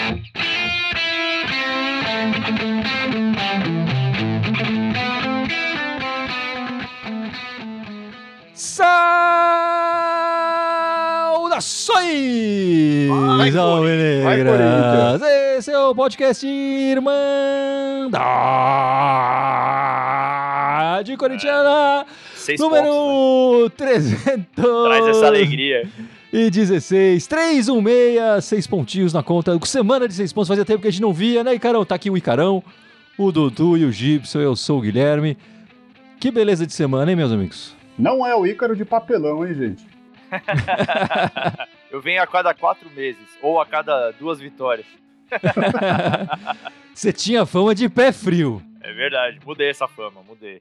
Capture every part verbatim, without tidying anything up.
Saudações, alvinegras! Esse é o podcast Irmandade Corintiana, Seis número pontos, né? trezentos. Traz essa alegria. E dezesseis, trezentos e dezesseis, seis pontinhos na conta. Semana de seis pontos, fazia tempo que a gente não via, né, Icarão? Tá aqui o Icarão, o Dudu e o Gibson, eu sou o Guilherme. Que beleza de semana, hein, meus amigos? Não é o Ícaro de papelão, hein, gente? Eu venho a cada quatro meses, ou a cada duas vitórias. Você tinha fama de pé frio. É verdade, mudei essa fama, mudei.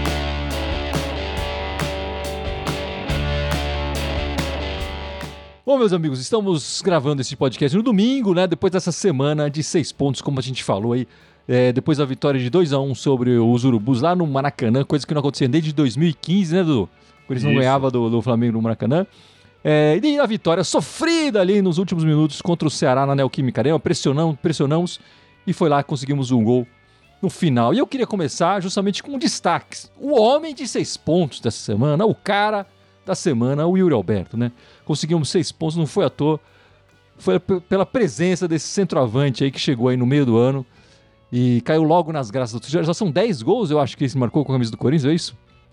Bom, meus amigos, estamos gravando esse podcast no domingo, né? Depois dessa semana de seis pontos, como a gente falou aí. É, depois da vitória de dois a um sobre os Urubus lá no Maracanã, coisa que não acontecia desde dois mil e quinze, né, Dudu? Eles não ganhavam do, do Flamengo no Maracanã. É, e a vitória sofrida ali nos últimos minutos contra o Ceará na Neoquímica Arena. Pressionamos, pressionamos e foi lá que conseguimos um gol no final. E eu queria começar justamente com destaques. O homem de seis pontos dessa semana, o cara da semana, o Yuri Alberto, né? Conseguimos seis pontos, não foi à toa. Foi p- pela presença desse centroavante aí que chegou aí no meio do ano e caiu logo nas graças do... Já, já são dez gols, eu acho que ele marcou com a camisa do Corinthians, é isso?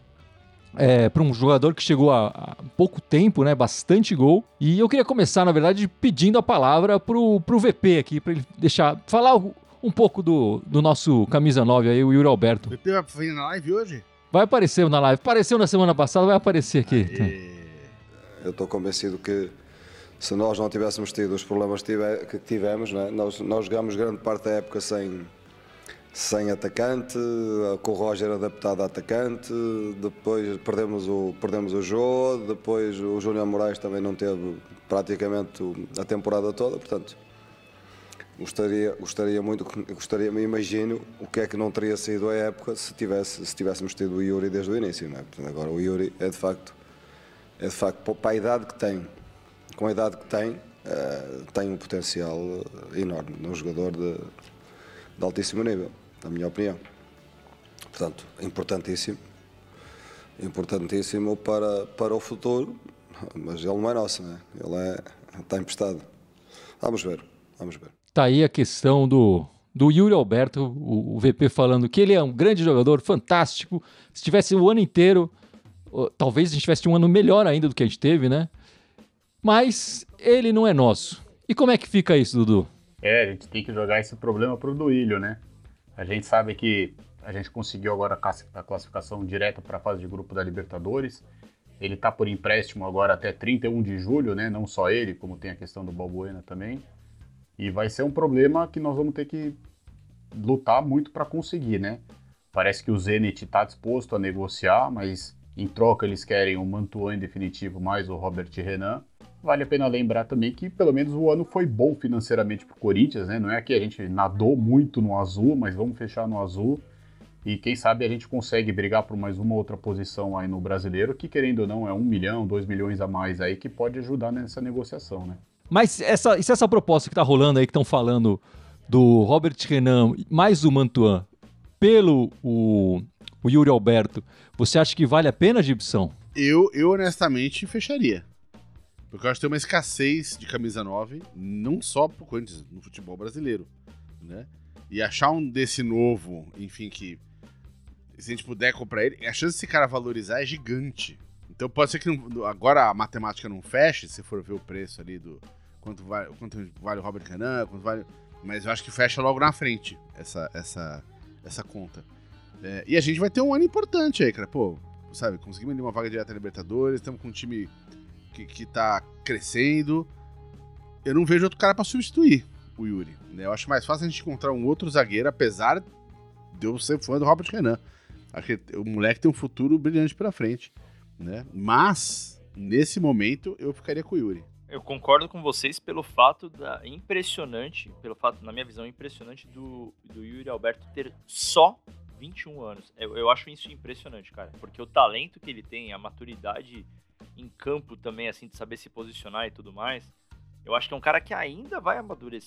É, para um jogador que chegou há, há pouco tempo, né? Bastante gol. E eu queria começar, na verdade, pedindo a palavra pro, pro V P aqui, para ele deixar... Falar um pouco do, do nosso camisa nove aí, o Yuri Alberto. O V P vai vir na live hoje? Vai aparecer na live. Apareceu na semana passada, vai aparecer aqui. Aê. Eu estou convencido que se nós não tivéssemos tido os problemas que tive- que tivemos, né, nós, nós jogámos grande parte da época sem, sem atacante, com o Roger adaptado a atacante, depois perdemos o, perdemos o Jô, depois o Júnior Moraes também não teve praticamente a temporada toda, portanto gostaria, gostaria muito, gostaria, me imagino o que é que não teria sido a época se, tivesse, se tivéssemos tido o Yuri desde o início, né? Portanto, agora o Yuri é de facto É de facto, para a idade que tem, com a idade que tem, uh, tem um potencial enorme, um jogador de, de altíssimo nível, na minha opinião. Portanto, importantíssimo, importantíssimo para, para o futuro, mas ele não é nosso, né? Ele é, está emprestado. Vamos ver, vamos ver. Tá aí a questão do, do Yuri Alberto, o, o V P falando que ele é um grande jogador, fantástico. Se tivesse o ano inteiro... Talvez a gente tivesse um ano melhor ainda do que a gente teve, né? Mas ele não é nosso. E como é que fica isso, Dudu? É, a gente tem que jogar esse problema pro Duílio, né? A gente sabe que a gente conseguiu agora a classificação direta para a fase de grupo da Libertadores. Ele tá por empréstimo agora até trinta e um de julho, né? Não só ele, como tem a questão do Balbuena também. E vai ser um problema que nós vamos ter que lutar muito para conseguir, né? Parece que o Zenit está disposto a negociar, mas... Em troca, eles querem o Mantuan em definitivo, mais o Robert Renan. Vale a pena lembrar também que, pelo menos, o ano foi bom financeiramente para o Corinthians, né? Não é que a gente nadou muito no azul, mas vamos fechar no azul. E quem sabe a gente consegue brigar por mais uma outra posição aí no Brasileiro, que, querendo ou não, é um milhão, dois milhões a mais aí, que pode ajudar nessa negociação, né? Mas essa, e se essa proposta que tá rolando aí, que estão falando do Robert Renan mais o Mantuan pelo o, o Yuri Alberto, você acha que vale a pena, Gibson? Eu, eu honestamente fecharia. Porque eu acho que tem uma escassez de camisa nove, não só pro Corinthians, no futebol brasileiro, né? E achar um desse novo, enfim, que se a gente puder comprar ele, a chance desse cara valorizar é gigante. Então pode ser que não, agora a matemática não feche, se for ver o preço ali do quanto vale, quanto vale o Robert Renan, quanto vale, mas eu acho que fecha logo na frente essa, essa, essa conta. É, e a gente vai ter um ano importante aí, cara. Pô, sabe, conseguimos ali uma vaga direta na Libertadores, estamos com um time que, que tá crescendo. Eu não vejo outro cara pra substituir o Yuri, né? Eu acho mais fácil a gente encontrar um outro zagueiro, apesar de eu ser fã do Robert Renan. Acho que o moleque tem um futuro brilhante pela frente, né? Mas, nesse momento, eu ficaria com o Yuri. Eu concordo com vocês pelo fato da impressionante, pelo fato, na minha visão, impressionante do, do Yuri Alberto ter só vinte e um anos. Eu, eu acho isso impressionante, cara. Porque o talento que ele tem, a maturidade em campo também, assim, de saber se posicionar e tudo mais, eu acho que é um cara que ainda vai amadurecer também.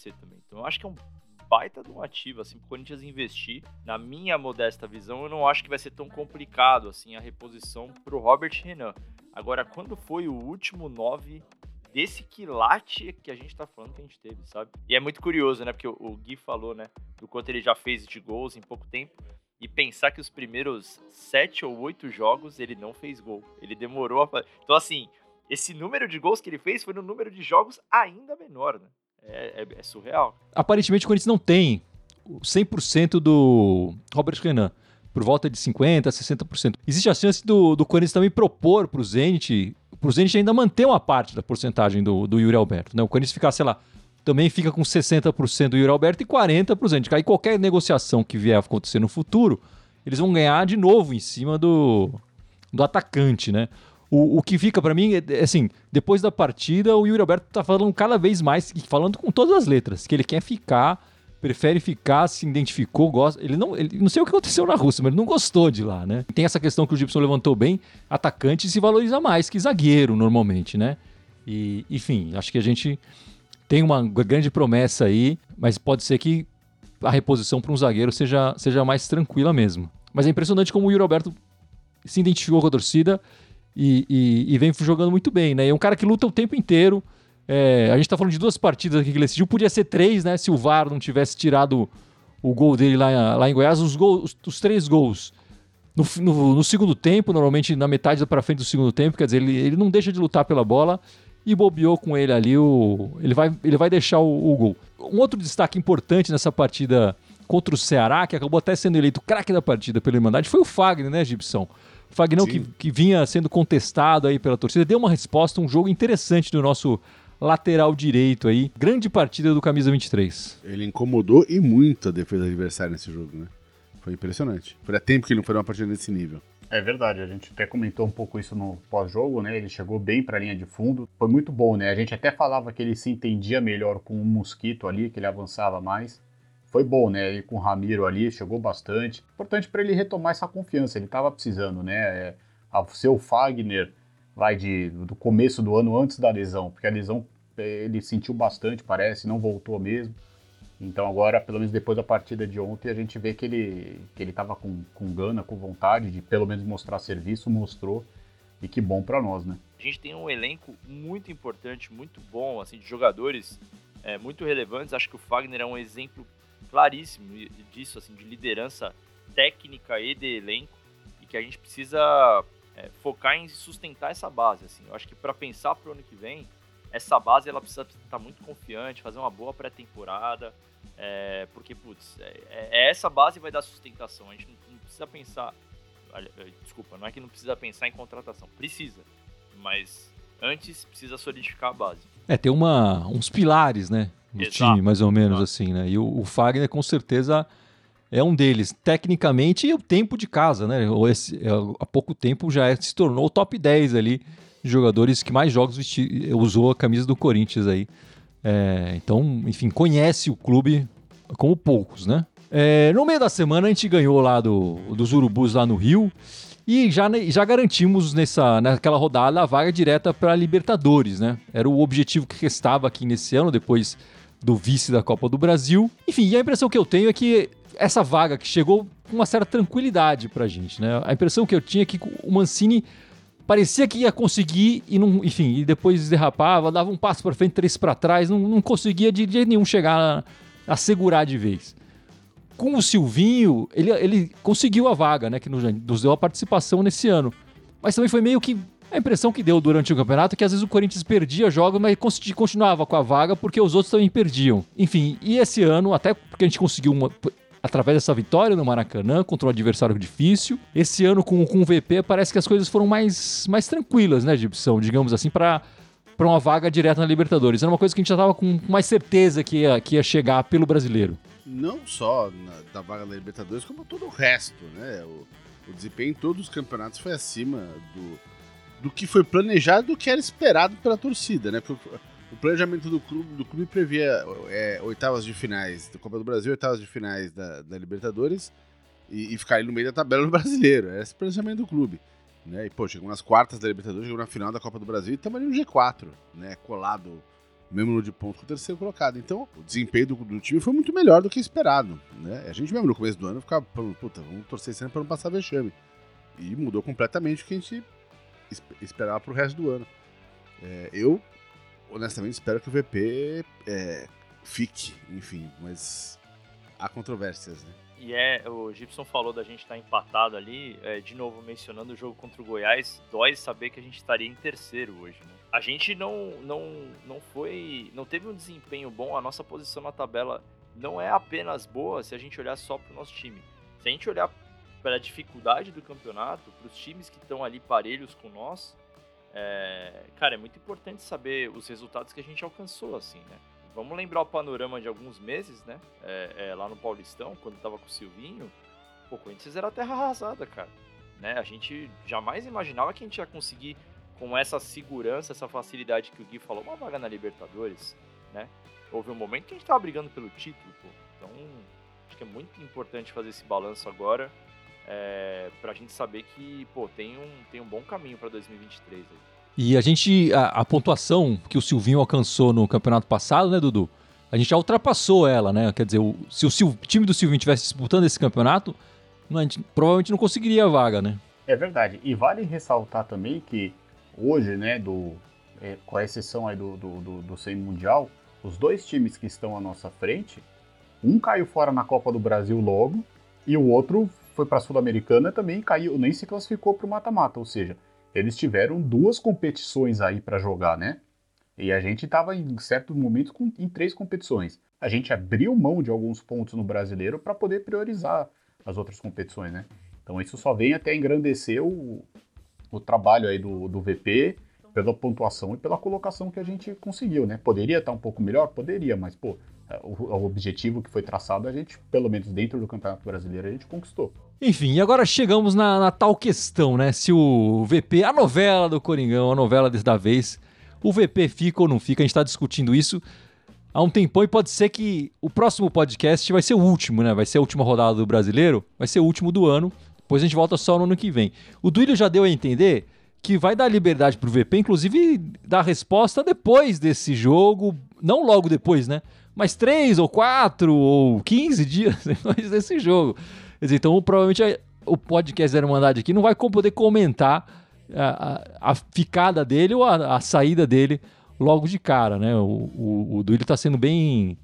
Então eu acho que é um baita de um ativo, assim, pro Corinthians investir. Na minha modesta visão, eu não acho que vai ser tão complicado, assim, a reposição pro Robert Renan. Agora, quando foi o último nove desse quilate que a gente tá falando que a gente teve, sabe? E é muito curioso, né? Porque o, o Gui falou, né? Do quanto ele já fez de gols em pouco tempo. E pensar que os primeiros sete ou oito jogos ele não fez gol. Ele demorou a fazer. Então, assim, esse número de gols que ele fez foi no número de jogos ainda menor, né? É, é, é surreal. Aparentemente o Corinthians não tem cem por cento do Robert Renan, por volta de cinquenta por cento, sessenta por cento. Existe a chance do, do Corinthians também propor pro Zenit, pro Zenit ainda manter uma parte da porcentagem do, do Yuri Alberto, né? O Corinthians ficar, sei lá, também fica com sessenta por cento do Yuri Alberto e quarenta por cento pro Zenit. Aí qualquer negociação que vier a acontecer no futuro, eles vão ganhar de novo em cima do, do atacante, né? O, o que fica pra mim é, assim, depois da partida, o Yuri Alberto tá falando cada vez mais, falando com todas as letras, que ele quer ficar, prefere ficar, se identificou, gosta. Ele não, ele, não sei o que aconteceu na Rússia, mas ele não gostou de lá, né? Tem essa questão que o Gibson levantou bem, atacante se valoriza mais que zagueiro, normalmente, né? E, enfim, acho que a gente tem uma grande promessa aí, mas pode ser que a reposição para um zagueiro seja, seja mais tranquila mesmo. Mas é impressionante como o Yuri Alberto se identificou com a torcida e, e, e vem jogando muito bem, né? E é um cara que luta o tempo inteiro. É, a gente tá falando de duas partidas aqui que ele decidiu, podia ser três, né? Se o V A R não tivesse tirado o gol dele lá, lá em Goiás, os, gols, os, os três gols no, no, no segundo tempo, normalmente na metade para frente do segundo tempo, quer dizer, ele, ele não deixa de lutar pela bola e bobeou com ele ali, o, ele, vai, ele vai deixar o, o gol. Um outro destaque importante nessa partida contra o Ceará, que acabou até sendo eleito craque da partida pela Irmandade, foi o Fagner, né, Gibson? O Fagnão que, que vinha sendo contestado aí pela torcida, deu uma resposta, um jogo interessante do nosso lateral direito aí. Grande partida do camisa vinte e três. Ele incomodou e muito a defesa adversária nesse jogo, né? Foi impressionante. Foi tempo que ele não foi uma partida desse nível. É verdade, a gente até comentou um pouco isso no pós-jogo, né? Ele chegou bem para a linha de fundo, foi muito bom, né? A gente até falava que ele se entendia melhor com o Mosquito ali, que ele avançava mais. Foi bom, né? Ele com o Ramiro ali, chegou bastante. Importante para ele retomar essa confiança, ele estava precisando, né? É, ao ser o Fagner, vai de, do começo do ano antes da lesão, porque a lesão ele sentiu bastante, parece, não voltou mesmo. Então agora, pelo menos depois da partida de ontem, a gente vê que ele que ele estava com, com gana, com vontade de pelo menos mostrar serviço, mostrou, e que bom para nós, né? A gente tem um elenco muito importante, muito bom, assim, de jogadores é, muito relevantes. Acho que o Fagner é um exemplo claríssimo disso, assim, de liderança técnica e de elenco, e que a gente precisa é, focar em sustentar essa base, assim. Eu acho que para pensar para o ano que vem, essa base ela precisa estar muito confiante, fazer uma boa pré-temporada, é, porque, putz, é, é essa base que vai dar sustentação. A gente não, não precisa pensar, desculpa, não é que não precisa pensar em contratação, precisa, mas antes precisa solidificar a base. É, tem uma, uns pilares, né, no Exato. time, mais ou menos, Exato. assim, né, e o, o Fagner com certeza é um deles, tecnicamente, e o tempo de casa, né, esse, é, há pouco tempo já é, se tornou o top dez ali, de jogadores que mais jogos vesti- usou a camisa do Corinthians aí. É, então, enfim, conhece o clube como poucos, né? É, no meio da semana a gente ganhou lá do, dos Urubus lá no Rio e já, já garantimos nessa, naquela rodada a vaga direta para a Libertadores, né? Era o objetivo que restava aqui nesse ano, depois do vice da Copa do Brasil. Enfim, e a impressão que eu tenho é que essa vaga que chegou com uma certa tranquilidade pra gente, né? A impressão que eu tinha é que o Mancini parecia que ia conseguir e não, enfim, e depois derrapava, dava um passo para frente, três para trás, não, não conseguia de jeito nenhum chegar a, a segurar de vez. Com o Silvinho, ele, ele conseguiu a vaga, né, que nos, nos deu a participação nesse ano. Mas também foi meio que a impressão que deu durante o campeonato que às vezes o Corinthians perdia jogos, mas continuava com a vaga porque os outros também perdiam. Enfim, e esse ano, até porque a gente conseguiu uma, através dessa vitória no Maracanã contra um adversário difícil. Esse ano com, com o V P parece que as coisas foram mais, mais tranquilas, né, Gibson? Digamos assim, para para uma vaga direta na Libertadores. Era uma coisa que a gente já estava com mais certeza que ia, que ia chegar pelo brasileiro. Não só na, da vaga da Libertadores, como todo o resto, né? O, o desempenho em todos os campeonatos foi acima do, do que foi planejado, do que era esperado pela torcida, né? Porque o planejamento do clube, do clube previa é, oitavas de finais da Copa do Brasil, oitavas de finais da, da Libertadores e, e ficar ali no meio da tabela do brasileiro. Esse é o planejamento do clube. Né? E, pô, chegou nas quartas da Libertadores, chegou na final da Copa do Brasil e estamos ali no G quatro, né? Colado mesmo número de pontos que o terceiro colocado. Então, o desempenho do, do time foi muito melhor do que esperado, né? A gente mesmo no começo do ano ficava falando, puta, vamos torcer sempre para não passar vexame. E mudou completamente o que a gente esperava pro resto do ano. É, eu, honestamente, espero que o V P é, fique, enfim, mas há controvérsias, né? E é, o Gibson falou da gente estar empatado ali, é, de novo mencionando o jogo contra o Goiás, dói saber que a gente estaria em terceiro hoje, né? A gente não, não, não foi, não teve um desempenho bom, a nossa posição na tabela não é apenas boa se a gente olhar só para o nosso time. Se a gente olhar para a dificuldade do campeonato, para os times que estão ali parelhos com nós, é, cara, é muito importante saber os resultados que a gente alcançou, assim, né? Vamos lembrar o panorama de alguns meses, né? É, é, lá no Paulistão, quando tava com o Silvinho, pô, o Corinthians era terra arrasada, cara. Né? A gente jamais imaginava que a gente ia conseguir, com essa segurança, essa facilidade que o Gui falou, uma vaga na Libertadores, né? Houve um momento que a gente tava brigando pelo título, pô. Então, acho que é muito importante fazer esse balanço agora, é, pra gente saber que, pô, tem um, tem um bom caminho pra dois mil e vinte e três aí. E a gente, a, a pontuação que o Silvinho alcançou no campeonato passado, né, Dudu? A gente já ultrapassou ela, né? Quer dizer, o, se o Sil, time do Silvinho estivesse disputando esse campeonato, a gente provavelmente não conseguiria a vaga, né? É verdade. E vale ressaltar também que hoje, né, do, é, com a exceção aí do, do, do, do Sem Mundial, os dois times que estão à nossa frente, um caiu fora na Copa do Brasil logo, e o outro foi para a Sul-Americana também caiu, nem se classificou para o mata-mata, ou seja, eles tiveram duas competições aí para jogar, né? E a gente estava em certos momentos com, em três competições. A gente abriu mão de alguns pontos no Brasileiro para poder priorizar as outras competições, né? Então isso só vem até engrandecer o, o trabalho aí do, do V P pela pontuação e pela colocação que a gente conseguiu, né? Poderia estar um pouco melhor? Poderia, mas, pô, o, o objetivo que foi traçado, a gente, pelo menos dentro do Campeonato Brasileiro, a gente conquistou. Enfim, e agora chegamos na, na tal questão, né? Se o V P, a novela do Coringão, a novela da vez, o V P fica ou não fica, a gente tá discutindo isso há um tempão e pode ser que o próximo podcast vai ser o último, né? Vai ser a última rodada do Brasileiro, vai ser o último do ano, depois a gente volta só no ano que vem. O Duílio já deu a entender que vai dar liberdade pro V P, inclusive dar resposta depois desse jogo, não logo depois, né? Mas três ou quatro ou quinze dias depois desse jogo. Quer dizer, então provavelmente o podcast da Irmandade aqui não vai poder comentar a, a, a ficada dele ou a, a saída dele logo de cara, né? O, o, o Duílio tá sendo bem...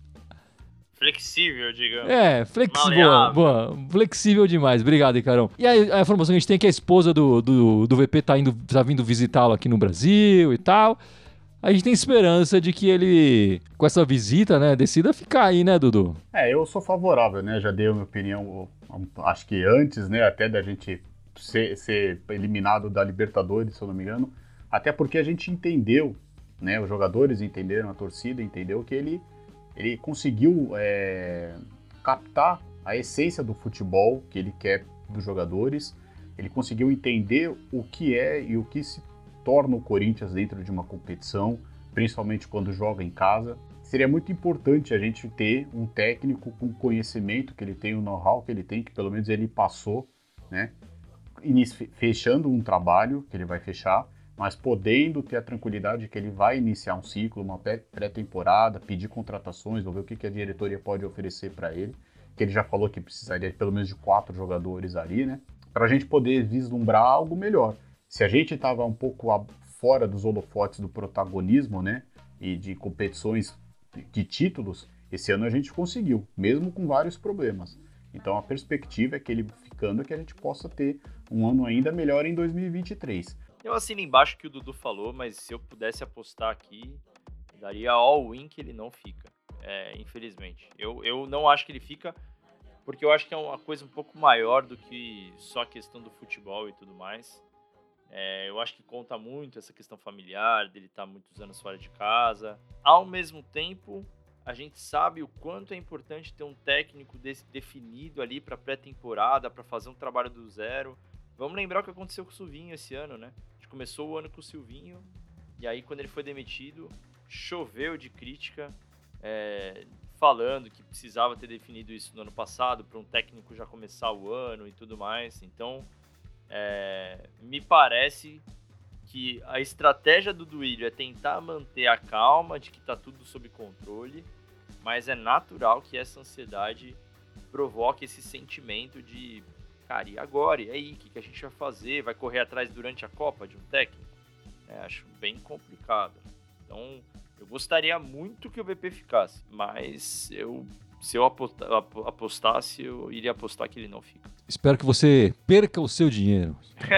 Flexível, digamos. É, flexível, boa, flexível demais. Obrigado, Icarão. E aí, a informação que a gente tem é que a esposa do, do, do V P tá, indo, tá vindo visitá-lo aqui no Brasil e tal. A gente tem esperança de que ele, com essa visita, né, decida ficar aí, né, Dudu? É, eu sou favorável, né? Já dei a minha opinião, acho que antes, né, até da gente ser, ser eliminado da Libertadores, se eu não me engano. Até porque a gente entendeu, né, os jogadores entenderam, a torcida entendeu que ele... Ele conseguiu é, captar a essência do futebol que ele quer dos jogadores. Ele conseguiu entender o que é e o que se torna o Corinthians dentro de uma competição, principalmente quando joga em casa. Seria muito importante a gente ter um técnico com o conhecimento que ele tem, o know-how que ele tem, que pelo menos ele passou, né? Fechando um trabalho que ele vai fechar, mas podendo ter a tranquilidade que ele vai iniciar um ciclo, uma pré-temporada, pedir contratações, ou ver o que a diretoria pode oferecer para ele, que ele já falou que precisaria de pelo menos de quatro jogadores ali, né? Para a gente poder vislumbrar algo melhor. Se a gente estava um pouco fora dos holofotes do protagonismo, né, e de competições de títulos, esse ano a gente conseguiu, mesmo com vários problemas. Então a perspectiva é que ele ficando, é que a gente possa ter um ano ainda melhor em dois mil e vinte e três. Eu assino embaixo que o Dudu falou, mas se eu pudesse apostar aqui, daria all-in que ele não fica, é, infelizmente. Eu, eu não acho que ele fica, porque eu acho que é uma coisa um pouco maior do que só a questão do futebol e tudo mais. É, eu acho que conta muito essa questão familiar, dele estar muitos anos fora de casa. Ao mesmo tempo, a gente sabe o quanto é importante ter um técnico desse definido ali para pré-temporada, para fazer um trabalho do zero. Vamos lembrar o que aconteceu com o Silvinho esse ano, né? A gente começou o ano com o Silvinho, e aí quando ele foi demitido, choveu de crítica, é, falando que precisava ter definido isso no ano passado, para um técnico já começar o ano e tudo mais. Então, é, me parece que a estratégia do Duílio é tentar manter a calma de que tá tudo sob controle, mas é natural que essa ansiedade provoque esse sentimento de, cara, e agora? E aí, o que, que a gente vai fazer? Vai correr atrás durante a Copa de um técnico? É, acho bem complicado. Então, eu gostaria muito que o V P ficasse, mas eu, se eu apostasse, eu iria apostar que ele não fica. Espero que você perca o seu dinheiro.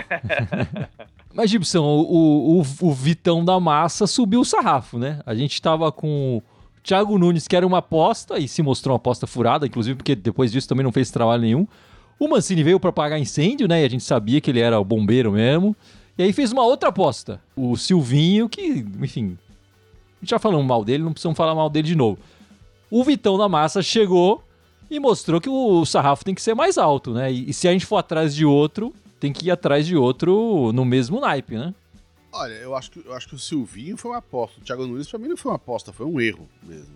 Mas, Gibson, o, o, o Vitão da Massa subiu o sarrafo, né? A gente tava com o Thiago Nunes, que era uma aposta, e se mostrou uma aposta furada, inclusive porque depois disso também não fez trabalho nenhum. O Mancini veio para apagar incêndio, né? E a gente sabia que ele era o bombeiro mesmo. E aí fez uma outra aposta. O Silvinho, que, enfim, a gente já falou mal dele, não precisamos falar mal dele de novo. O Vitão da Massa chegou e mostrou que o sarrafo tem que ser mais alto, né? E, e se a gente for atrás de outro, tem que ir atrás de outro no mesmo naipe, né? Olha, eu acho que, eu acho que o Silvinho foi uma aposta. O Thiago Nunes, pra mim, não foi uma aposta, foi um erro mesmo.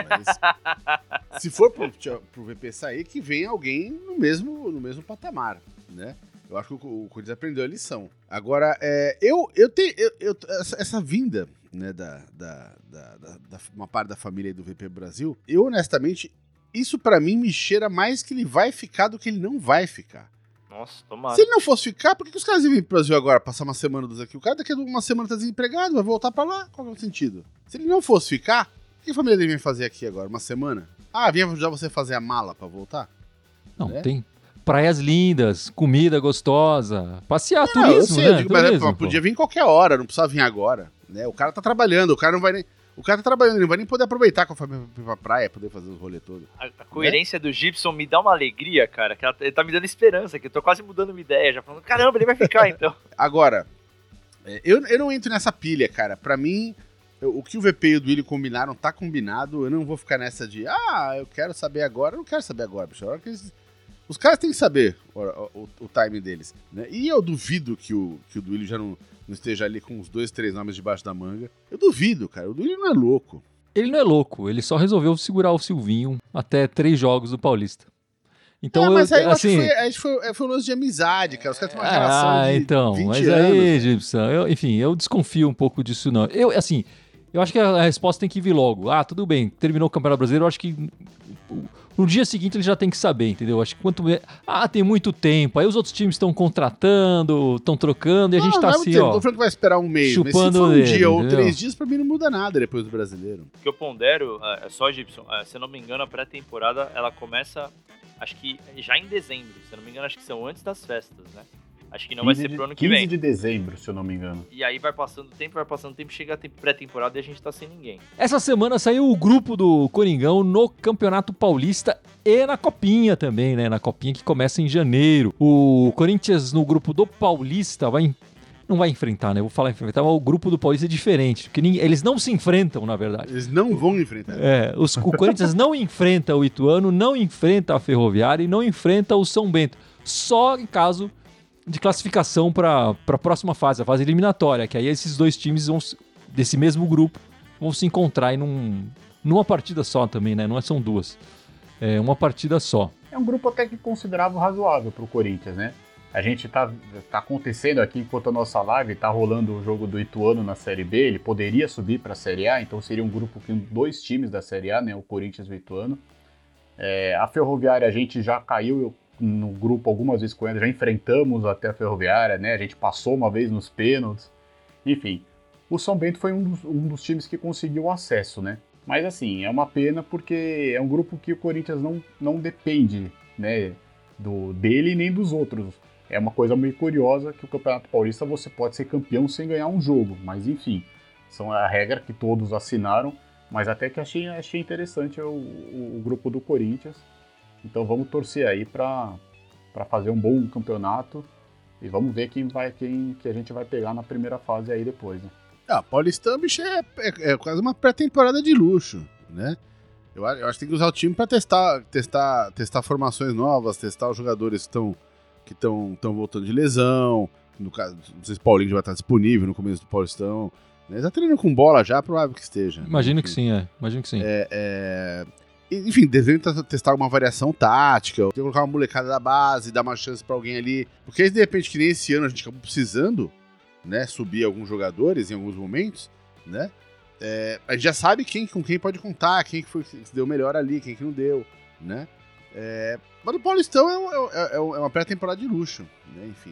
Mas se for pro, pro V P sair, que venha alguém no mesmo, no mesmo patamar, né? Eu acho que o, o Corinthians aprendeu a lição. Agora, é, eu, eu tenho... Eu, eu, essa, essa vinda, né, da, da, da, da, da uma parte da família do V P Brasil, eu, honestamente, isso pra mim me cheira mais que ele vai ficar do que ele não vai ficar. Nossa, tomara. Se ele não fosse ficar, por que, que os caras iam vir pro Brasil agora, passar uma semana dos aqui? O cara daqui a uma semana tá desempregado, vai voltar pra lá? Qual é o sentido? Se ele não fosse ficar, o que a família dele vem fazer aqui agora? Uma semana? Ah, vinha ajudar você a fazer a mala pra voltar? Não, né? Tem praias lindas, comida gostosa, passear, não, turismo, eu sei, né? eu digo, mas Turismo, podia vir em qualquer hora, não precisava vir agora. Né? O cara tá trabalhando, o cara não vai nem... O cara tá trabalhando, ele não vai nem poder aproveitar com a família pra praia, poder fazer os rolês todos. A, a coerência né? do Gibson me dá uma alegria, cara, que ela, ele tá me dando esperança, que eu tô quase mudando uma ideia, já falando, caramba, ele vai ficar então. Agora, eu, eu não entro nessa pilha, cara. Pra mim, eu, o que o V P e o Duílio combinaram tá combinado, eu não vou ficar nessa de, ah, eu quero saber agora, eu não quero saber agora, bicho. A hora que eles, os caras têm que saber o, o, o time deles. Né? E eu duvido que o, que o Duílio já não... não esteja ali com uns dois, três nomes debaixo da manga. Eu duvido, cara. O Duílio não é louco. Ele não é louco, ele só resolveu segurar o Silvinho até três jogos do Paulista. Então, é, mas eu, aí eu assim, acho que foi, aí foi, foi um lance de amizade, cara. Os caras têm uma relação ah, de então, vinte mas anos. aí, Gibson, eu, enfim, eu desconfio um pouco disso não. Eu, assim, eu acho que a resposta tem que vir logo. Ah, tudo bem, terminou o Campeonato Brasileiro, eu acho que no dia seguinte ele já tem que saber, entendeu? Acho que quanto... Ah, tem muito tempo, aí os outros times estão contratando, estão trocando, e a não, gente tá não assim, tempo, ó... Tô falando que vai esperar um mês, chupando mas se for um dele, dia ou entendeu? três dias, pra mim não muda nada depois do Brasileiro. O que eu pondero, é só, Gibson, é, se eu não me engano, a pré-temporada, ela começa, acho que já em dezembro, se eu não me engano, acho que são antes das festas, né? Acho que não vai ser pro ano que vem. quinze de dezembro, se eu não me engano. E aí vai passando o tempo, vai passando o tempo, chega a pré-temporada e a gente tá sem ninguém. Essa semana saiu o grupo do Coringão no Campeonato Paulista e na Copinha também, né? Na Copinha que começa em janeiro. O Corinthians no grupo do Paulista vai... Não vai enfrentar, né? Eu vou falar enfrentar, mas o grupo do Paulista é diferente. Porque ninguém... eles não se enfrentam, na verdade. Eles não vão enfrentar. É, os... o Corinthians não enfrenta o Ituano, não enfrenta a Ferroviária e não enfrenta o São Bento. Só em caso... de classificação para a próxima fase, a fase eliminatória, que aí esses dois times vão, desse mesmo grupo vão se encontrar em num, numa partida só também, né? Não são duas. É uma partida só. É um grupo até que considerável razoável para o Corinthians, né? A gente tá, tá acontecendo aqui, enquanto a nossa live tá rolando o jogo do Ituano na Série B, ele poderia subir para a Série A, então seria um grupo com dois times da Série A, né? O Corinthians e o Ituano. É, a Ferroviária a gente já caiu no grupo algumas vezes com ela, já enfrentamos até a Ferroviária, né? A gente passou uma vez nos pênaltis. Enfim, o São Bento foi um dos, um dos times que conseguiu o acesso, né? Mas assim, é uma pena porque é um grupo que o Corinthians não, não depende, né, do, dele nem dos outros. É uma coisa meio curiosa que o Campeonato Paulista você pode ser campeão sem ganhar um jogo, mas enfim, são a regra que todos assinaram, mas até que achei, achei interessante o, o, o grupo do Corinthians. Então vamos torcer aí para fazer um bom campeonato e vamos ver quem, vai, quem que a gente vai pegar na primeira fase aí depois, né? Ah, Paulistão, bicho, é, é, é quase uma pré-temporada de luxo, né? Eu, eu acho que tem que usar o time para testar, testar, testar formações novas, testar os jogadores que estão que estão voltando de lesão. No caso, não sei se o Paulinho já vai estar disponível no começo do Paulistão. Né? Tá treinando com bola já, provável que esteja. Imagino né? que sim, é. Imagino que sim. É, é... Enfim, devendo testar uma variação tática, tem que colocar uma molecada da base, dar uma chance pra alguém ali. Porque aí, de repente, que nem esse ano a gente acabou precisando, né, subir alguns jogadores em alguns momentos, né? É, a gente já sabe quem, com quem pode contar, quem que foi, que se deu melhor ali, quem que não deu, né? É, mas o Paulistão é, um, é, é uma pré-temporada de luxo, né? Enfim.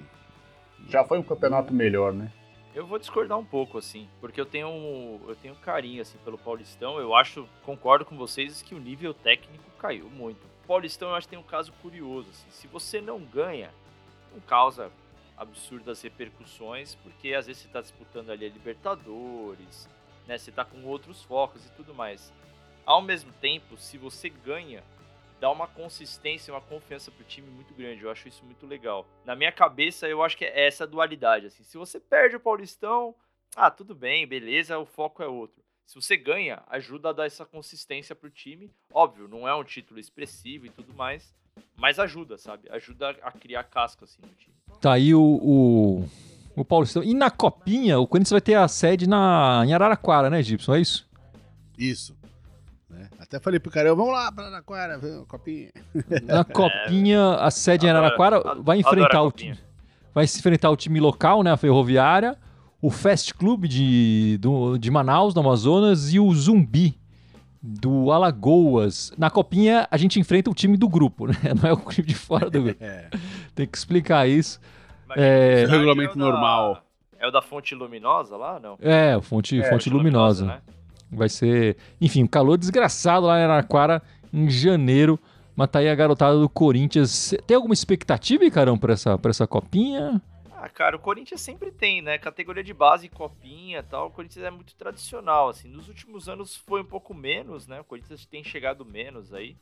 Já foi um campeonato melhor, né? Eu vou discordar um pouco, assim, porque eu tenho, eu tenho carinho, assim, pelo Paulistão. Eu acho, concordo com vocês, que o nível técnico caiu muito. O Paulistão, eu acho que tem um caso curioso, assim. Se você não ganha, não causa absurdas repercussões, porque às vezes você está disputando ali a Libertadores, né? Você tá com outros focos e tudo mais. Ao mesmo tempo, se você ganha, dá uma consistência, uma confiança pro time muito grande. Eu acho isso muito legal. Na minha cabeça, eu acho que é essa dualidade, assim. Se você perde o Paulistão, ah, tudo bem, beleza, o foco é outro. Se você ganha, ajuda a dar essa consistência pro time. Óbvio, não é um título expressivo e tudo mais, mas ajuda, sabe? Ajuda a criar casca, assim, no time. Tá aí o, o, o Paulistão. E na Copinha, o Corinthians vai ter a sede na, em Araraquara, né, Gibson? É isso? Isso. Né? Até falei pro cara, vamos lá pra Araraquara, ver a Copinha. Na Copinha, a sede em Araraquara vai enfrentar o time. Vai se enfrentar o time local, né, a Ferroviária, o Fast Club de, do, de Manaus, do Amazonas, e o Zumbi do Alagoas. Na Copinha, a gente enfrenta o time do grupo, né? Não é o time de fora do grupo. É. Tem que explicar isso. Mas É, o regulamento é o da- normal. É o da fonte luminosa lá, não? É, fonte, É, fonte luminosa. né? Vai ser, enfim, um calor desgraçado lá em Araraquara em janeiro. Mas tá aí a garotada do Corinthians. Tem alguma expectativa, Carão, pra essa, pra essa Copinha? Ah, cara, o Corinthians sempre tem, né? Categoria de base, copinha e tal. O Corinthians é muito tradicional, assim. Nos últimos anos foi um pouco menos, né? O Corinthians tem chegado menos aí.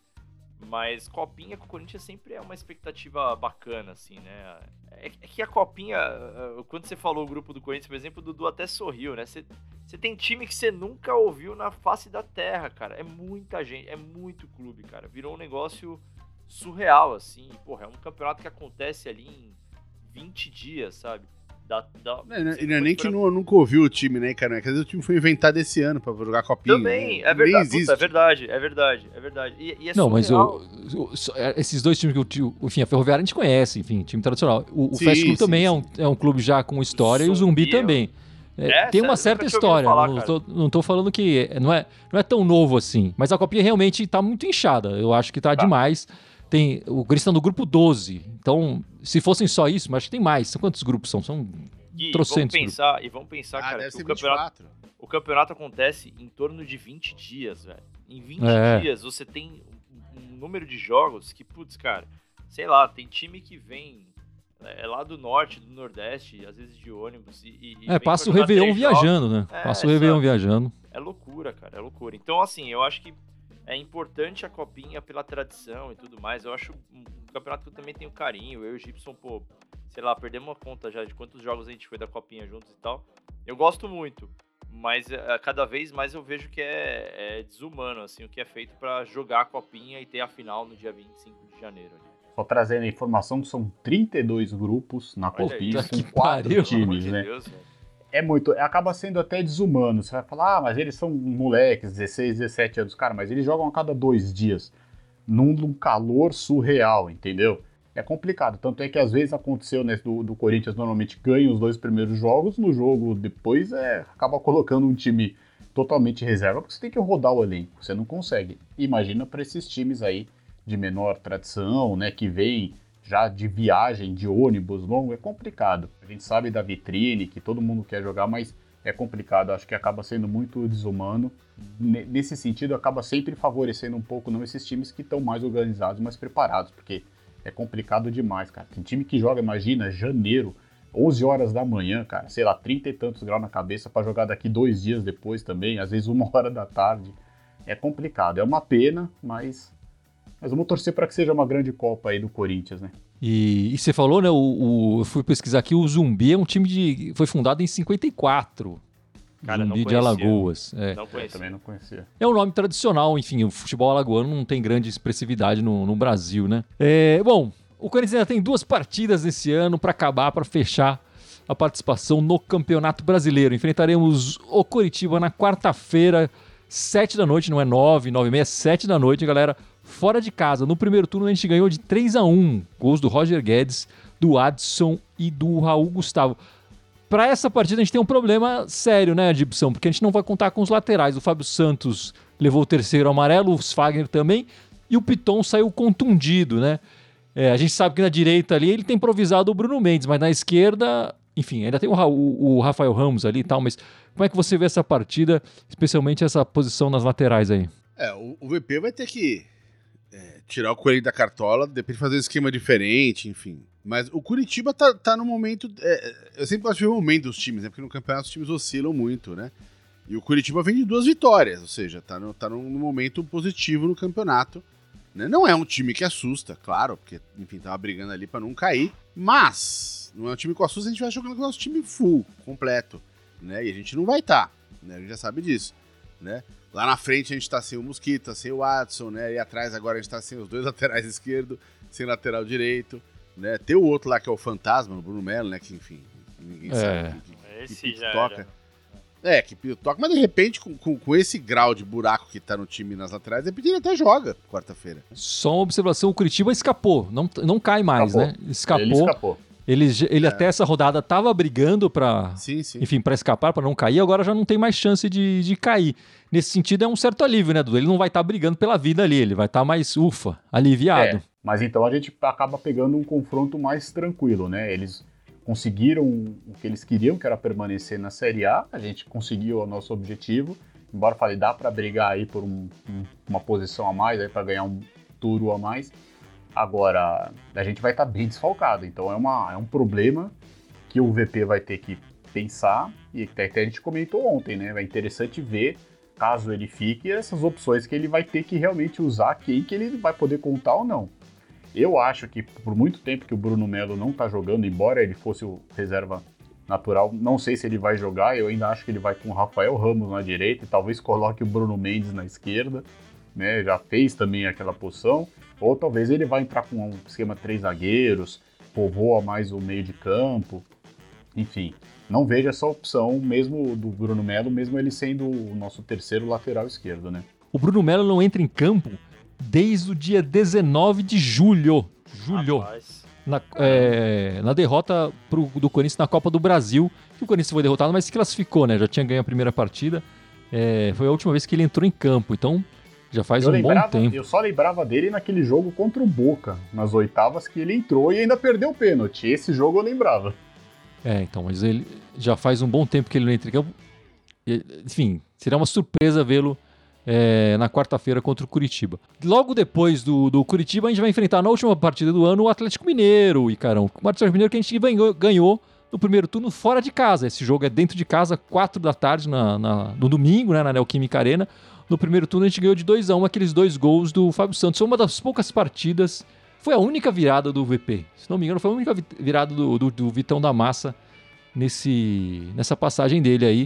Mas copinha com o Corinthians sempre é uma expectativa bacana, assim, né? É, é que a copinha, uh, quando você falou o grupo do Corinthians, por exemplo, o Dudu até sorriu, né? Você, você tem time que você nunca ouviu na face da terra, cara. É muita gente, é muito clube, cara. Virou um negócio surreal, assim. Porra, é um campeonato que acontece ali em vinte dias, sabe? Da, da, Não, e não, e não é nem que não, nunca ouviu o time, né, cara? Quer dizer, o time foi inventado esse ano pra jogar Copinha. Também, né? é verdade, Nem existe. puta, é verdade, é verdade, é verdade. E, e é Não, mas surreal. o, o- só- é, esses dois times que o tio, enfim, a Ferroviária a gente conhece, enfim, time tradicional. O, o Sim, Fast Club sim, também sim. É, um, é um clube já com história e o Zumbi Zumbi é um- também. É, É, tem uma sério, certa nunca tinha ouvido história, falar, não, cara. tô, não tô falando que é- não é, não é tão novo assim, mas a Copinha realmente tá muito inchada. Eu acho que tá, Tá. demais. Tem, o Corinthians tá no grupo doze, então se fossem só isso, mas acho que tem mais. São quantos grupos são? São Gui, trocentos vamos pensar, e vamos pensar, Ah, cara, deve que ser o vinte e campeonato, quatro. o campeonato acontece em torno de vinte dias, velho. Em vinte É. dias você tem um, um número de jogos que, putz, cara, sei lá, tem time que vem é, lá do norte, do nordeste, às vezes de ônibus e, e e É, vem passa pra o jogar Réveillon três jogos. viajando, né? É, Passa o Réveillon sabe? viajando. É loucura, cara, é loucura. Então, assim, eu acho que é importante a Copinha pela tradição e tudo mais. Eu acho um campeonato que eu também tenho carinho. Eu e o Gibson, pô, sei lá, perdemos uma conta já de quantos jogos a gente foi da Copinha juntos e tal. Eu gosto muito, mas é, cada vez mais eu vejo que é, é desumano, assim, o que é feito pra jogar a Copinha e ter a final no dia vinte e cinco de janeiro. ali. Só trazendo a informação que são trinta e dois grupos na Olha Copinha, isso. com Que quatro pariu. Pelo amor times, de né? Deus, velho. É muito, acaba sendo até desumano. Você vai falar, ah, mas eles são moleques, dezesseis, dezessete anos, cara, mas eles jogam a cada dois dias, num, num calor surreal, entendeu? É complicado, tanto é que às vezes aconteceu, né, do, do Corinthians normalmente ganha os dois primeiros jogos, no jogo depois é, acaba colocando um time totalmente reserva, porque você tem que rodar o elenco, você não consegue. Imagina para esses times aí de menor tradição, né, que vem já de viagem, de ônibus longo, é complicado. A gente sabe da vitrine, que todo mundo quer jogar, mas é complicado, acho que acaba sendo muito desumano. N- Nesse sentido, acaba sempre favorecendo um pouco não esses times que estão mais organizados, mais preparados, porque é complicado demais, cara. Tem time que joga, imagina, janeiro, onze horas da manhã, cara, sei lá, trinta e tantos graus na cabeça para jogar daqui dois dias depois também, às vezes uma hora da tarde. É complicado, é uma pena, mas... Mas vamos torcer para que seja uma grande Copa aí do Corinthians, né? E, e você falou, né? O, o- eu fui pesquisar aqui, o Zumbi é um time de. Foi fundado em cinquenta e quatro. Cara, não Zumbi de conhecia. Alagoas. É. Não Eu conheço. também não conhecia. É um nome tradicional, enfim, o futebol alagoano não tem grande expressividade no, no Brasil, né? É, bom, o Corinthians ainda tem duas partidas nesse ano para acabar, para fechar a participação no Campeonato Brasileiro. Enfrentaremos o Coritiba na quarta-feira, sete da noite, não é nove, nove e meia, sete da noite, galera. Fora de casa. No primeiro turno a gente ganhou de três a um. Gols do Roger Guedes, do Adson e do Raul Gustavo. para essa partida a gente tem um problema sério, né, Gibson? Porque a gente não vai contar com os laterais. O Fábio Santos levou o terceiro amarelo, o Fagner também, e o Piton saiu contundido, né? É, a gente sabe que na direita ali ele tem improvisado o Bruno Mendes, mas na esquerda, enfim, ainda tem o, Ra- o- o Rafael Ramos ali e tal, mas como é que você vê essa partida, especialmente essa posição nas laterais aí? É, o, o V P vai ter que é, tirar o coelho da cartola, depois fazer um esquema diferente, enfim. Mas o Curitiba tá, tá no momento... é, eu sempre gosto de ver o momento dos times, né? Porque no campeonato os times oscilam muito, né? E o Curitiba vem de duas vitórias, ou seja, tá, no, tá num momento positivo no campeonato. Né? Não é um time que assusta, claro, porque, enfim, tava brigando ali pra não cair, mas não é um time que assusta, a gente vai jogando com o nosso time full, completo, né? E a gente não vai estar, tá, né? A gente já sabe disso, né? Lá na frente a gente tá sem o Mosquita, sem o Watson, né? E atrás agora a gente tá sem os dois laterais esquerdo, sem lateral direito, né? Tem o outro lá que é o Fantasma, o Bruno Melo, né? Que, enfim, ninguém É. sabe que, que, Esse que já toca. era. É, que Pio toca, mas de repente, com, com, com esse grau de buraco que tá no time nas laterais, de repente ele até joga quarta-feira. Só uma observação, o Curitiba escapou, não, não cai mais, Escapou. né? Escapou. Ele escapou. Ele, ele É. até essa rodada tava brigando pra, Sim, sim. enfim, para escapar, para não cair, agora já não tem mais chance de, de cair. Nesse sentido é um certo alívio, né, Dudu? Ele não vai estar brigando pela vida ali, ele vai estar mais, ufa, aliviado. É, mas então a gente acaba pegando um confronto mais tranquilo, né? Eles conseguiram o que eles queriam, que era permanecer na Série A, a gente conseguiu o nosso objetivo, embora falei, dá para brigar aí por um, um, uma posição a mais, aí para ganhar um turno a mais. Agora, a gente vai estar bem desfalcado, então é, uma, é um problema que o V P vai ter que pensar, e até, até a gente comentou ontem, né? É interessante ver, caso ele fique, essas opções que ele vai ter que realmente usar, quem que ele vai poder contar ou não. Eu acho que por muito tempo que o Bruno Melo não tá jogando, embora ele fosse o reserva natural, não sei se ele vai jogar, eu ainda acho que ele vai com o Rafael Ramos na direita e talvez coloque o Bruno Mendes na esquerda, né? Já fez também aquela posição, ou talvez ele vai entrar com um esquema três zagueiros, povoa mais o meio de campo, enfim. Não vejo essa opção mesmo do Bruno Melo, mesmo ele sendo o nosso terceiro lateral esquerdo, né? O Bruno Melo não entra em campo desde o dia dezenove de julho. Julho. Rapaz. Na, é, na derrota pro, do Corinthians na Copa do Brasil. Que o Corinthians foi derrotado, mas se classificou, né? Já tinha ganho a primeira partida. É, foi a última vez que ele entrou em campo. Então, já faz eu um lembrava, bom tempo. Eu só lembrava dele naquele jogo contra o Boca, nas oitavas, que ele entrou e ainda perdeu o pênalti. Esse jogo eu lembrava. É, então, mas ele já faz um bom tempo que ele não entra em campo. E, enfim, será uma surpresa vê-lo É, na quarta-feira contra o Curitiba. Logo depois do, do Curitiba, a gente vai enfrentar na última partida do ano o Atlético Mineiro, Icarão. O Atlético Mineiro que a gente ganhou, ganhou no primeiro turno fora de casa. Esse jogo é dentro de casa, quatro da tarde na, na, no domingo, né, na Neoquímica Arena. No primeiro turno a gente ganhou de dois a um aqueles dois gols do Fábio Santos. Foi uma das poucas partidas, foi a única virada do V P. Se não me engano, foi a única virada do, do, do Vitão da Massa nesse, nessa passagem dele aí.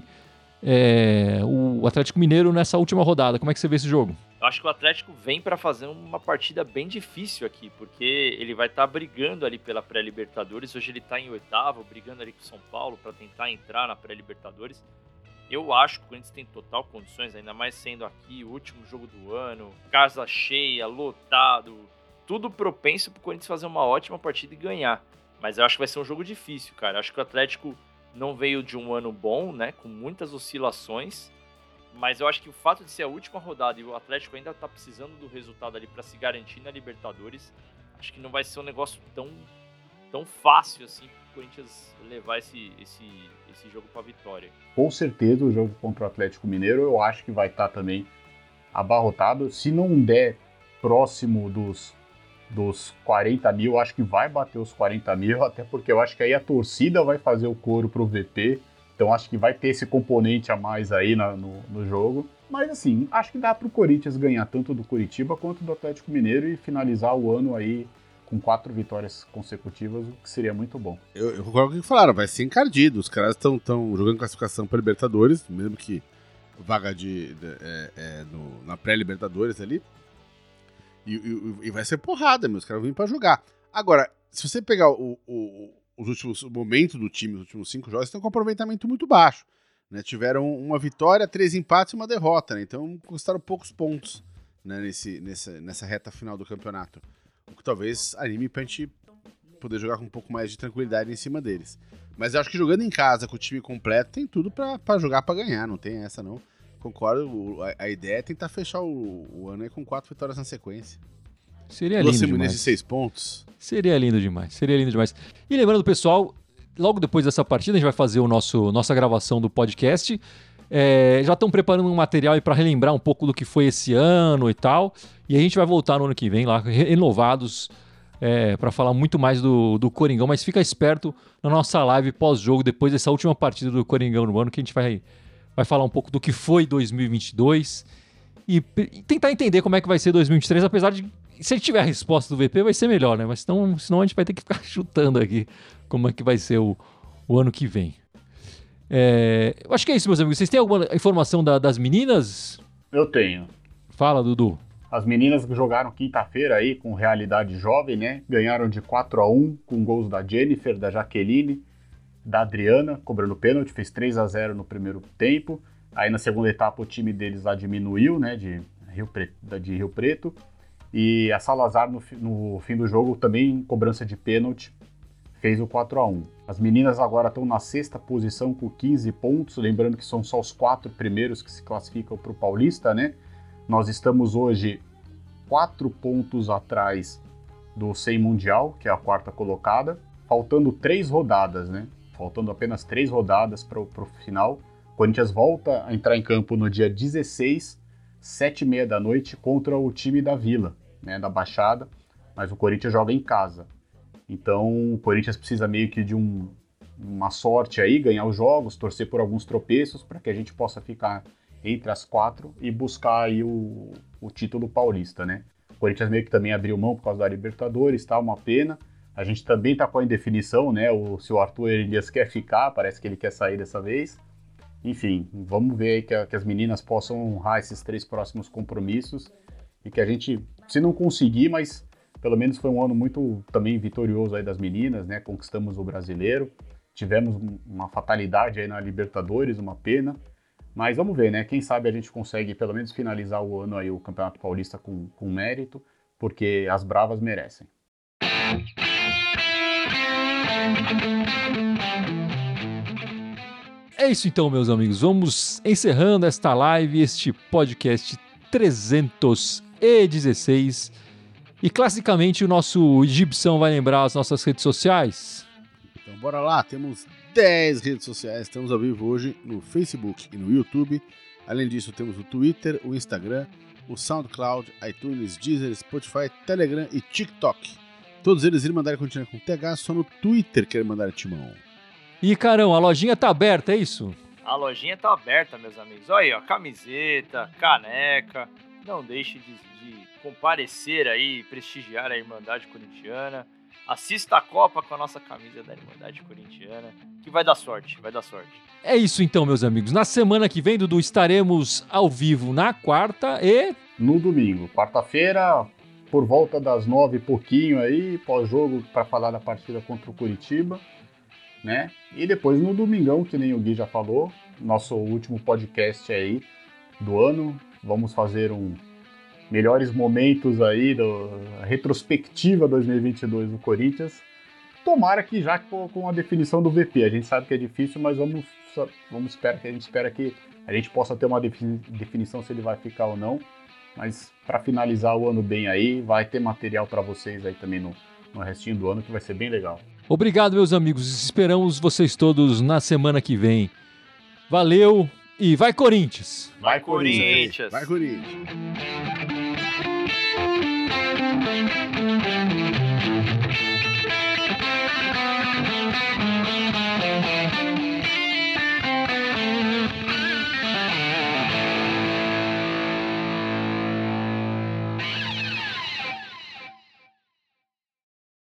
É, o Atlético Mineiro nessa última rodada. Como é que você vê esse jogo? Eu acho que o Atlético vem para fazer uma partida bem difícil aqui, porque ele vai estar tá brigando ali pela pré-Libertadores. Hoje ele está em oitavo, brigando ali com o São Paulo para tentar entrar na pré-Libertadores. Eu acho que o Corinthians tem total condições, ainda mais sendo aqui o último jogo do ano, casa cheia, lotado, tudo propenso para o Corinthians fazer uma ótima partida e ganhar. Mas eu acho que vai ser um jogo difícil, cara. Eu acho que o Atlético não veio de um ano bom, né, com muitas oscilações, mas eu acho que o fato de ser a última rodada e o Atlético ainda tá precisando do resultado ali para se garantir na Libertadores, acho que não vai ser um negócio tão, tão fácil assim pro Corinthians levar esse, esse, esse jogo para vitória. Com certeza o jogo contra o Atlético Mineiro eu acho que vai estar também abarrotado, se não der próximo dos dos quarenta mil, eu acho que vai bater os quarenta mil, até porque eu acho que aí a torcida vai fazer o coro pro V P, então acho que vai ter esse componente a mais aí na, no, no jogo, mas assim, acho que dá pro Corinthians ganhar tanto do Curitiba quanto do Atlético Mineiro e finalizar o ano aí com quatro vitórias consecutivas, o que seria muito bom. Eu, eu concordo com o que falaram, vai ser encardido, os caras estão jogando classificação para Libertadores, mesmo que vaga de, de é, é, no, na pré-Libertadores ali. E, e, e vai ser porrada, meus caras vêm pra jogar. Agora, se você pegar o, o, os últimos momentos do time, os últimos cinco jogos, tem um aproveitamento muito baixo. Né? Tiveram uma vitória, três empates e uma derrota. Né? Então, conquistaram poucos pontos, né? Nesse, nessa, nessa reta final do campeonato. O que talvez anime pra gente poder jogar com um pouco mais de tranquilidade em cima deles. Mas eu acho que jogando em casa com o time completo tem tudo pra, pra jogar pra ganhar, não tem essa não. Concordo, o, a, a ideia é tentar fechar o, o ano aí com quatro vitórias na sequência. Seria lindo demais. de seis pontos. Seria lindo demais, seria lindo demais. E lembrando, pessoal, logo depois dessa partida a gente vai fazer o nosso, nossa gravação do podcast. É, já estão preparando um material aí para relembrar um pouco do que foi esse ano e tal. E a gente vai voltar no ano que vem lá, renovados, é, para falar muito mais do, do Coringão. Mas fica esperto na nossa live pós-jogo, depois dessa última partida do Coringão no ano, que a gente vai, vai falar um pouco do que foi dois mil e vinte e dois e, e tentar entender como é que vai ser dois mil e vinte e três, apesar de, se a gente tiver a resposta do V P, vai ser melhor, né? Mas senão, senão a gente vai ter que ficar chutando aqui como é que vai ser o, o ano que vem. É, eu acho que é isso, meus amigos. Vocês têm alguma informação da, das meninas? Eu tenho. Fala, Dudu. As meninas que jogaram quinta-feira aí com Realidade Jovem, né? Ganharam de quatro a um com gols da Jennifer, da Jaqueline, da Adriana, cobrando pênalti, fez três a zero no primeiro tempo. Aí na segunda etapa o time deles lá diminuiu, né? De Rio Preto. De Rio Preto. E a Salazar no, no fim do jogo também, cobrança de pênalti, fez o quatro a um. As meninas agora estão na sexta posição com quinze pontos, lembrando que são só os quatro primeiros que se classificam para o Paulista, né? Nós estamos hoje quatro pontos atrás do cem Mundial, que é a quarta colocada, faltando três rodadas, né? Faltando apenas três rodadas para o final. O Corinthians volta a entrar em campo no dia dezesseis, sete e meia da noite, contra o time da Vila, né? Da Baixada, mas o Corinthians joga em casa. Então o Corinthians precisa meio que de um, uma sorte aí, ganhar os jogos, torcer por alguns tropeços para que a gente possa ficar entre as quatro e buscar aí o, o título paulista, né? O Corinthians meio que também abriu mão por causa da Libertadores, tá? Uma pena. A gente também tá com a indefinição, né? O, se o Arthur Elias quer ficar, parece que ele quer sair dessa vez. Enfim, vamos ver aí que, a, que as meninas possam honrar esses três próximos compromissos e que a gente, se não conseguir, mas pelo menos foi um ano muito também vitorioso aí das meninas, né? Conquistamos o brasileiro, tivemos uma fatalidade aí na Libertadores, uma pena, mas vamos ver, né? Quem sabe a gente consegue pelo menos finalizar o ano aí, o Campeonato Paulista com, com mérito, porque as bravas merecem. É isso então, meus amigos. Vamos encerrando esta live, este podcast trezentos e dezesseis. E classicamente o nosso Gibson vai lembrar as nossas redes sociais. Então bora lá, temos dez redes sociais, estamos ao vivo hoje no Facebook e no YouTube. Além disso, temos o Twitter, o Instagram, o SoundCloud, iTunes, Deezer, Spotify, Telegram e TikTok. Todos eles irem mandar continua com T H, só no Twitter querem mandar timão. E carão, a lojinha tá aberta, é isso? A lojinha tá aberta, meus amigos. Olha aí, ó, camiseta, caneca. Não deixe de, de comparecer aí, prestigiar a Irmandade Corintiana. Assista a Copa com a nossa camisa da Irmandade Corintiana, que vai dar sorte, vai dar sorte. É isso então, meus amigos. Na semana que vem, Dudu, estaremos ao vivo na quarta e... No domingo, quarta-feira, por volta das nove e pouquinho aí, pós-jogo, para falar da partida contra o Curitiba, né? E depois no domingão, que nem o Gui já falou, nosso último podcast aí do ano. Vamos fazer um melhores momentos aí da retrospectiva dois mil e vinte e dois do Corinthians. Tomara que já com a definição do V P. A gente sabe que é difícil, mas vamos, vamos esperar que a gente espera que a gente possa ter uma definição se ele vai ficar ou não. Mas para finalizar o ano bem aí, vai ter material para vocês aí também no, no restinho do ano, que vai ser bem legal. Obrigado, meus amigos. Esperamos vocês todos na semana que vem. Valeu e vai Corinthians! Vai Corinthians! Vai Corinthians!